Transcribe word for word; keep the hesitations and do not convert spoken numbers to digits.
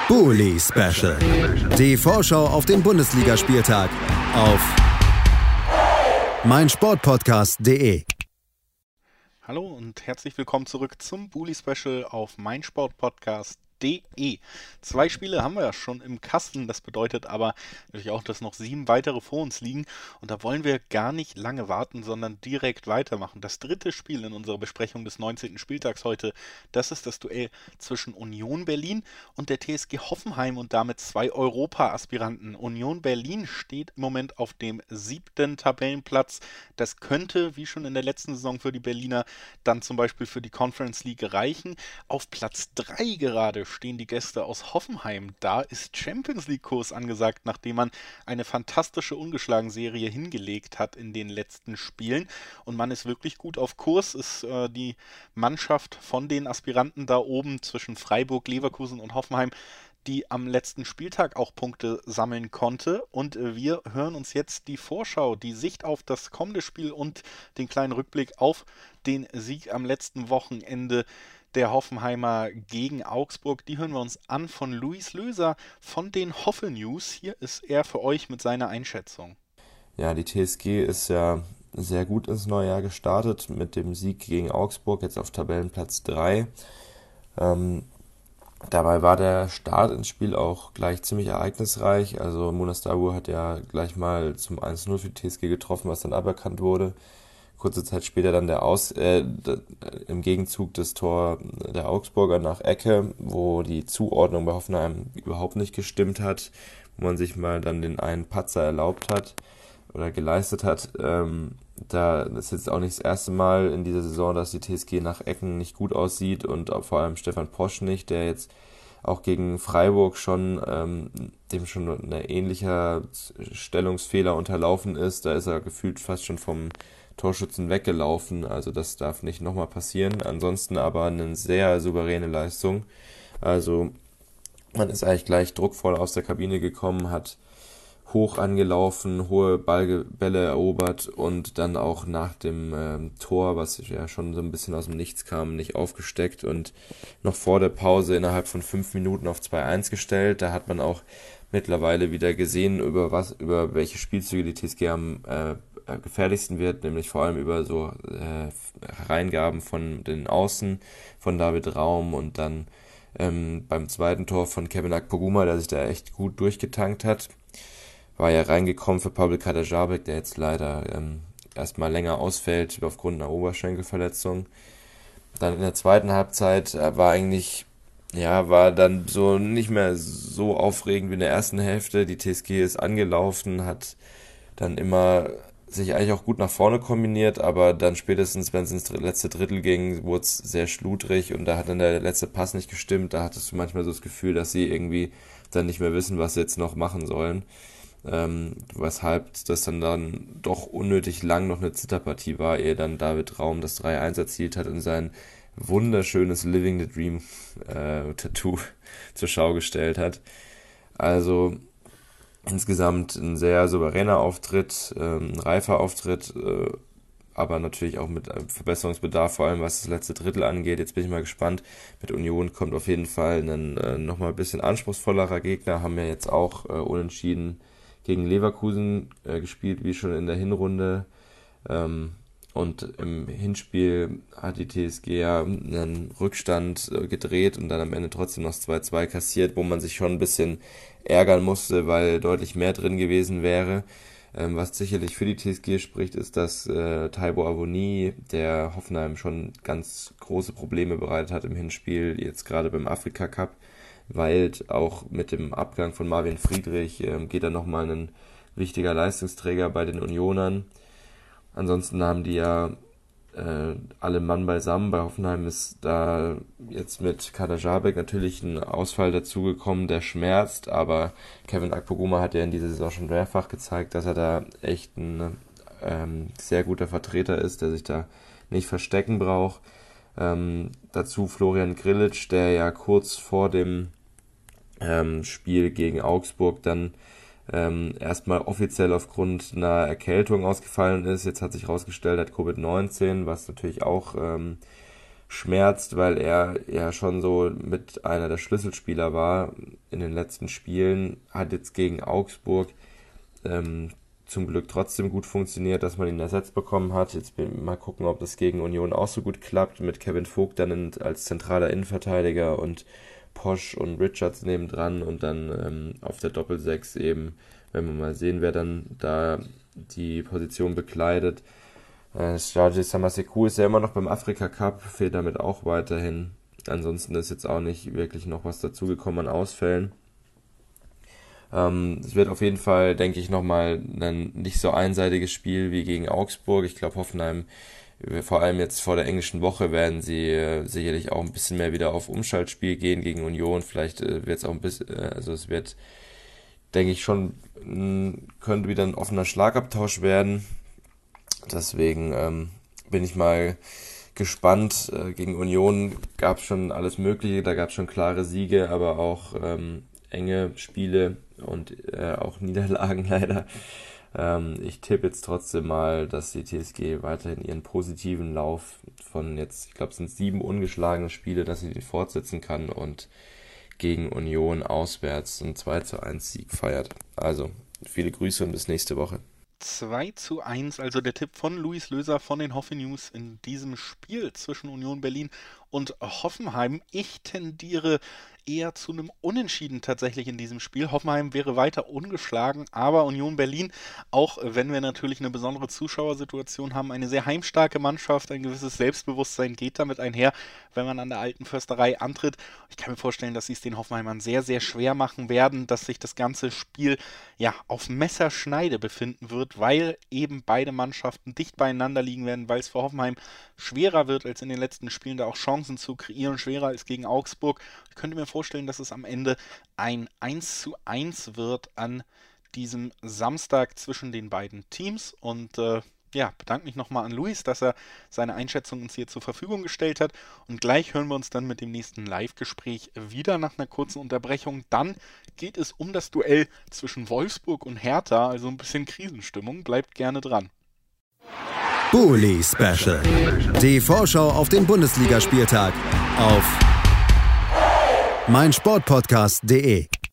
Bully Special. Die Vorschau auf den Bundesligaspieltag auf meinsportpodcast punkt de. Hallo und herzlich willkommen zurück zum Bully Special auf meinsportpodcast punkt de. Zwei Spiele haben wir ja schon im Kasten, das bedeutet aber natürlich auch, dass noch sieben weitere vor uns liegen und da wollen wir gar nicht lange warten, sondern direkt weitermachen. Das dritte Spiel in unserer Besprechung des neunzehnten Spieltags heute, das ist das Duell zwischen Union Berlin und der T S G Hoffenheim und damit zwei Europa-Aspiranten. Union Berlin steht im Moment auf dem siebten Tabellenplatz. Das könnte, wie schon in der letzten Saison für die Berliner, dann zum Beispiel für die Conference League reichen. Auf Platz drei gerade stehen die Gäste aus Hoffenheim. Da ist Champions League-Kurs angesagt, nachdem man eine fantastische Ungeschlagen-Serie hingelegt hat in den letzten Spielen. Und man ist wirklich gut auf Kurs, ist äh, die Mannschaft von den Aspiranten da oben zwischen Freiburg, Leverkusen und Hoffenheim, die am letzten Spieltag auch Punkte sammeln konnte. Und äh, wir hören uns jetzt die Vorschau, die Sicht auf das kommende Spiel und den kleinen Rückblick auf den Sieg am letzten Wochenende der Hoffenheimer gegen Augsburg. Die hören wir uns an von Luis Löser von den Hoffel News. Hier ist er für euch mit seiner Einschätzung. Ja, die T S G ist ja sehr gut ins neue Jahr gestartet mit dem Sieg gegen Augsburg, jetzt auf Tabellenplatz drei. Ähm, dabei war der Start ins Spiel auch gleich ziemlich ereignisreich. Also Munas Dawood hat ja gleich mal zum eins null für die T S G getroffen, was dann aberkannt wurde. Kurze Zeit später dann der Aus, äh, d- im Gegenzug das Tor der Augsburger nach Ecke, wo die Zuordnung bei Hoffenheim überhaupt nicht gestimmt hat, wo man sich mal dann den einen Patzer erlaubt hat oder geleistet hat. Ähm, da das ist jetzt auch nicht das erste Mal in dieser Saison, dass die T S G nach Ecken nicht gut aussieht und auch vor allem Stefan Posch nicht, der jetzt auch gegen Freiburg schon, ähm, dem schon ein ähnlicher Stellungsfehler unterlaufen ist. Da ist er gefühlt fast schon vom Torschützen weggelaufen, also das darf nicht nochmal passieren. Ansonsten aber eine sehr souveräne Leistung. Also man ist eigentlich gleich druckvoll aus der Kabine gekommen, hat hoch angelaufen, hohe Ball, Bälle erobert und dann auch nach dem ähm, Tor, was ja schon so ein bisschen aus dem Nichts kam, nicht aufgesteckt und noch vor der Pause innerhalb von fünf Minuten auf zwei eins gestellt. Da hat man auch mittlerweile wieder gesehen, über was, über welche Spielzüge die T S G am äh, gefährlichsten wird, nämlich vor allem über so äh, Hereingaben von den Außen, von David Raum und dann ähm, beim zweiten Tor von Kevin Akpoguma, der sich da echt gut durchgetankt hat. War ja reingekommen für Pavel Kaderabek, der jetzt leider ähm, erstmal länger ausfällt aufgrund einer Oberschenkelverletzung. Dann in der zweiten Halbzeit äh, war eigentlich, ja, war dann so nicht mehr so aufregend wie in der ersten Hälfte. Die T S G ist angelaufen, hat dann immer sich eigentlich auch gut nach vorne kombiniert, aber dann spätestens, wenn es ins letzte Drittel ging, wurde es sehr schludrig und da hat dann der letzte Pass nicht gestimmt. Da hattest du manchmal so das Gefühl, dass sie irgendwie dann nicht mehr wissen, was sie jetzt noch machen sollen. Ähm, weshalb das dann, dann doch unnötig lang noch eine Zitterpartie war, ehe dann David Raum das drei eins erzielt hat und sein wunderschönes Living the Dream äh, Tattoo zur Schau gestellt hat. Also insgesamt ein sehr souveräner Auftritt, ähm, ein reifer Auftritt, äh, aber natürlich auch mit einem Verbesserungsbedarf, vor allem was das letzte Drittel angeht. Jetzt bin ich mal gespannt. Mit Union kommt auf jeden Fall ein äh, nochmal ein bisschen anspruchsvollerer Gegner, haben ja jetzt auch äh, unentschieden gegen Leverkusen äh, gespielt, wie schon in der Hinrunde. Ähm, und im Hinspiel hat die T S G ja einen Rückstand äh, gedreht und dann am Ende trotzdem noch zwei zwei kassiert, wo man sich schon ein bisschen ärgern musste, weil deutlich mehr drin gewesen wäre. Ähm, was sicherlich für die T S G spricht, ist, dass äh, Taibo Avoni, der Hoffenheim schon ganz große Probleme bereitet hat im Hinspiel, jetzt gerade beim Afrika Cup, weil auch mit dem Abgang von Marvin Friedrich äh, geht da nochmal ein wichtiger Leistungsträger bei den Unionern. Ansonsten haben die ja äh, alle Mann beisammen. Bei Hoffenheim ist da jetzt mit Kaderabek natürlich ein Ausfall dazugekommen, der schmerzt, aber Kevin Akpoguma hat ja in dieser Saison schon mehrfach gezeigt, dass er da echt ein ähm, sehr guter Vertreter ist, der sich da nicht verstecken braucht. Ähm, dazu Florian Grillitsch, der ja kurz vor dem ähm, Spiel gegen Augsburg dann ähm, erstmal offiziell aufgrund einer Erkältung ausgefallen ist. Jetzt hat sich herausgestellt, er hat Covid neunzehn, was natürlich auch ähm, schmerzt, weil er ja schon so mit einer der Schlüsselspieler war in den letzten Spielen. Hat jetzt gegen Augsburg ähm, zum Glück trotzdem gut funktioniert, dass man ihn ersetzt bekommen hat. Jetzt mal gucken, ob das gegen Union auch so gut klappt, mit Kevin Vogt dann in, als zentraler Innenverteidiger und Posch und Richards nebendran und dann ähm, auf der Doppelsechs eben, wenn wir mal sehen, wer dann da die Position bekleidet. Äh, Sergej Samasekou ist ja immer noch beim Afrika Cup, fehlt damit auch weiterhin. Ansonsten ist jetzt auch nicht wirklich noch was dazugekommen an Ausfällen. Ähm, es wird auf jeden Fall, denke ich, nochmal ein nicht so einseitiges Spiel wie gegen Augsburg. Ich glaube, Hoffenheim, vor allem jetzt vor der englischen Woche, werden sie äh, sicherlich auch ein bisschen mehr wieder auf Umschaltspiel gehen gegen Union. Vielleicht äh, wird es auch ein bisschen, äh, also es wird, denke ich schon, mh, könnte wieder ein offener Schlagabtausch werden. Deswegen ähm, bin ich mal gespannt. Äh, gegen Union gab es schon alles Mögliche, da gab es schon klare Siege, aber auch ähm, enge Spiele und äh, auch Niederlagen leider. Ähm, ich tippe jetzt trotzdem mal, dass die T S G weiterhin ihren positiven Lauf von jetzt, ich glaube es sind sieben ungeschlagene Spiele, dass sie den fortsetzen kann und gegen Union auswärts einen zwei zu eins Sieg feiert. Also, viele Grüße und bis nächste Woche. zwei zu eins, also der Tipp von Luis Löser von den Hoffe News in diesem Spiel zwischen Union Berlin und Hoffenheim. Ich tendiere eher zu einem Unentschieden tatsächlich in diesem Spiel. Hoffenheim wäre weiter ungeschlagen, aber Union Berlin, auch wenn wir natürlich eine besondere Zuschauersituation haben, eine sehr heimstarke Mannschaft, ein gewisses Selbstbewusstsein geht damit einher, wenn man an der alten Försterei antritt. Ich kann mir vorstellen, dass sie es den Hoffenheimern sehr, sehr schwer machen werden, dass sich das ganze Spiel ja auf Messerschneide befinden wird, weil eben beide Mannschaften dicht beieinander liegen werden, weil es für Hoffenheim schwerer wird, als in den letzten Spielen da auch Chancen zu kreieren, schwerer als gegen Augsburg. Ich könnte mir vorstellen, dass es am Ende ein eins zu eins wird an diesem Samstag zwischen den beiden Teams und äh, ja, bedanke mich nochmal an Luis, dass er seine Einschätzung uns hier zur Verfügung gestellt hat und gleich hören wir uns dann mit dem nächsten Live-Gespräch wieder nach einer kurzen Unterbrechung. Dann geht es um das Duell zwischen Wolfsburg und Hertha, also ein bisschen Krisenstimmung, bleibt gerne dran. Bully Special. Die Vorschau auf den Bundesligaspieltag auf meinsportpodcast punkt de.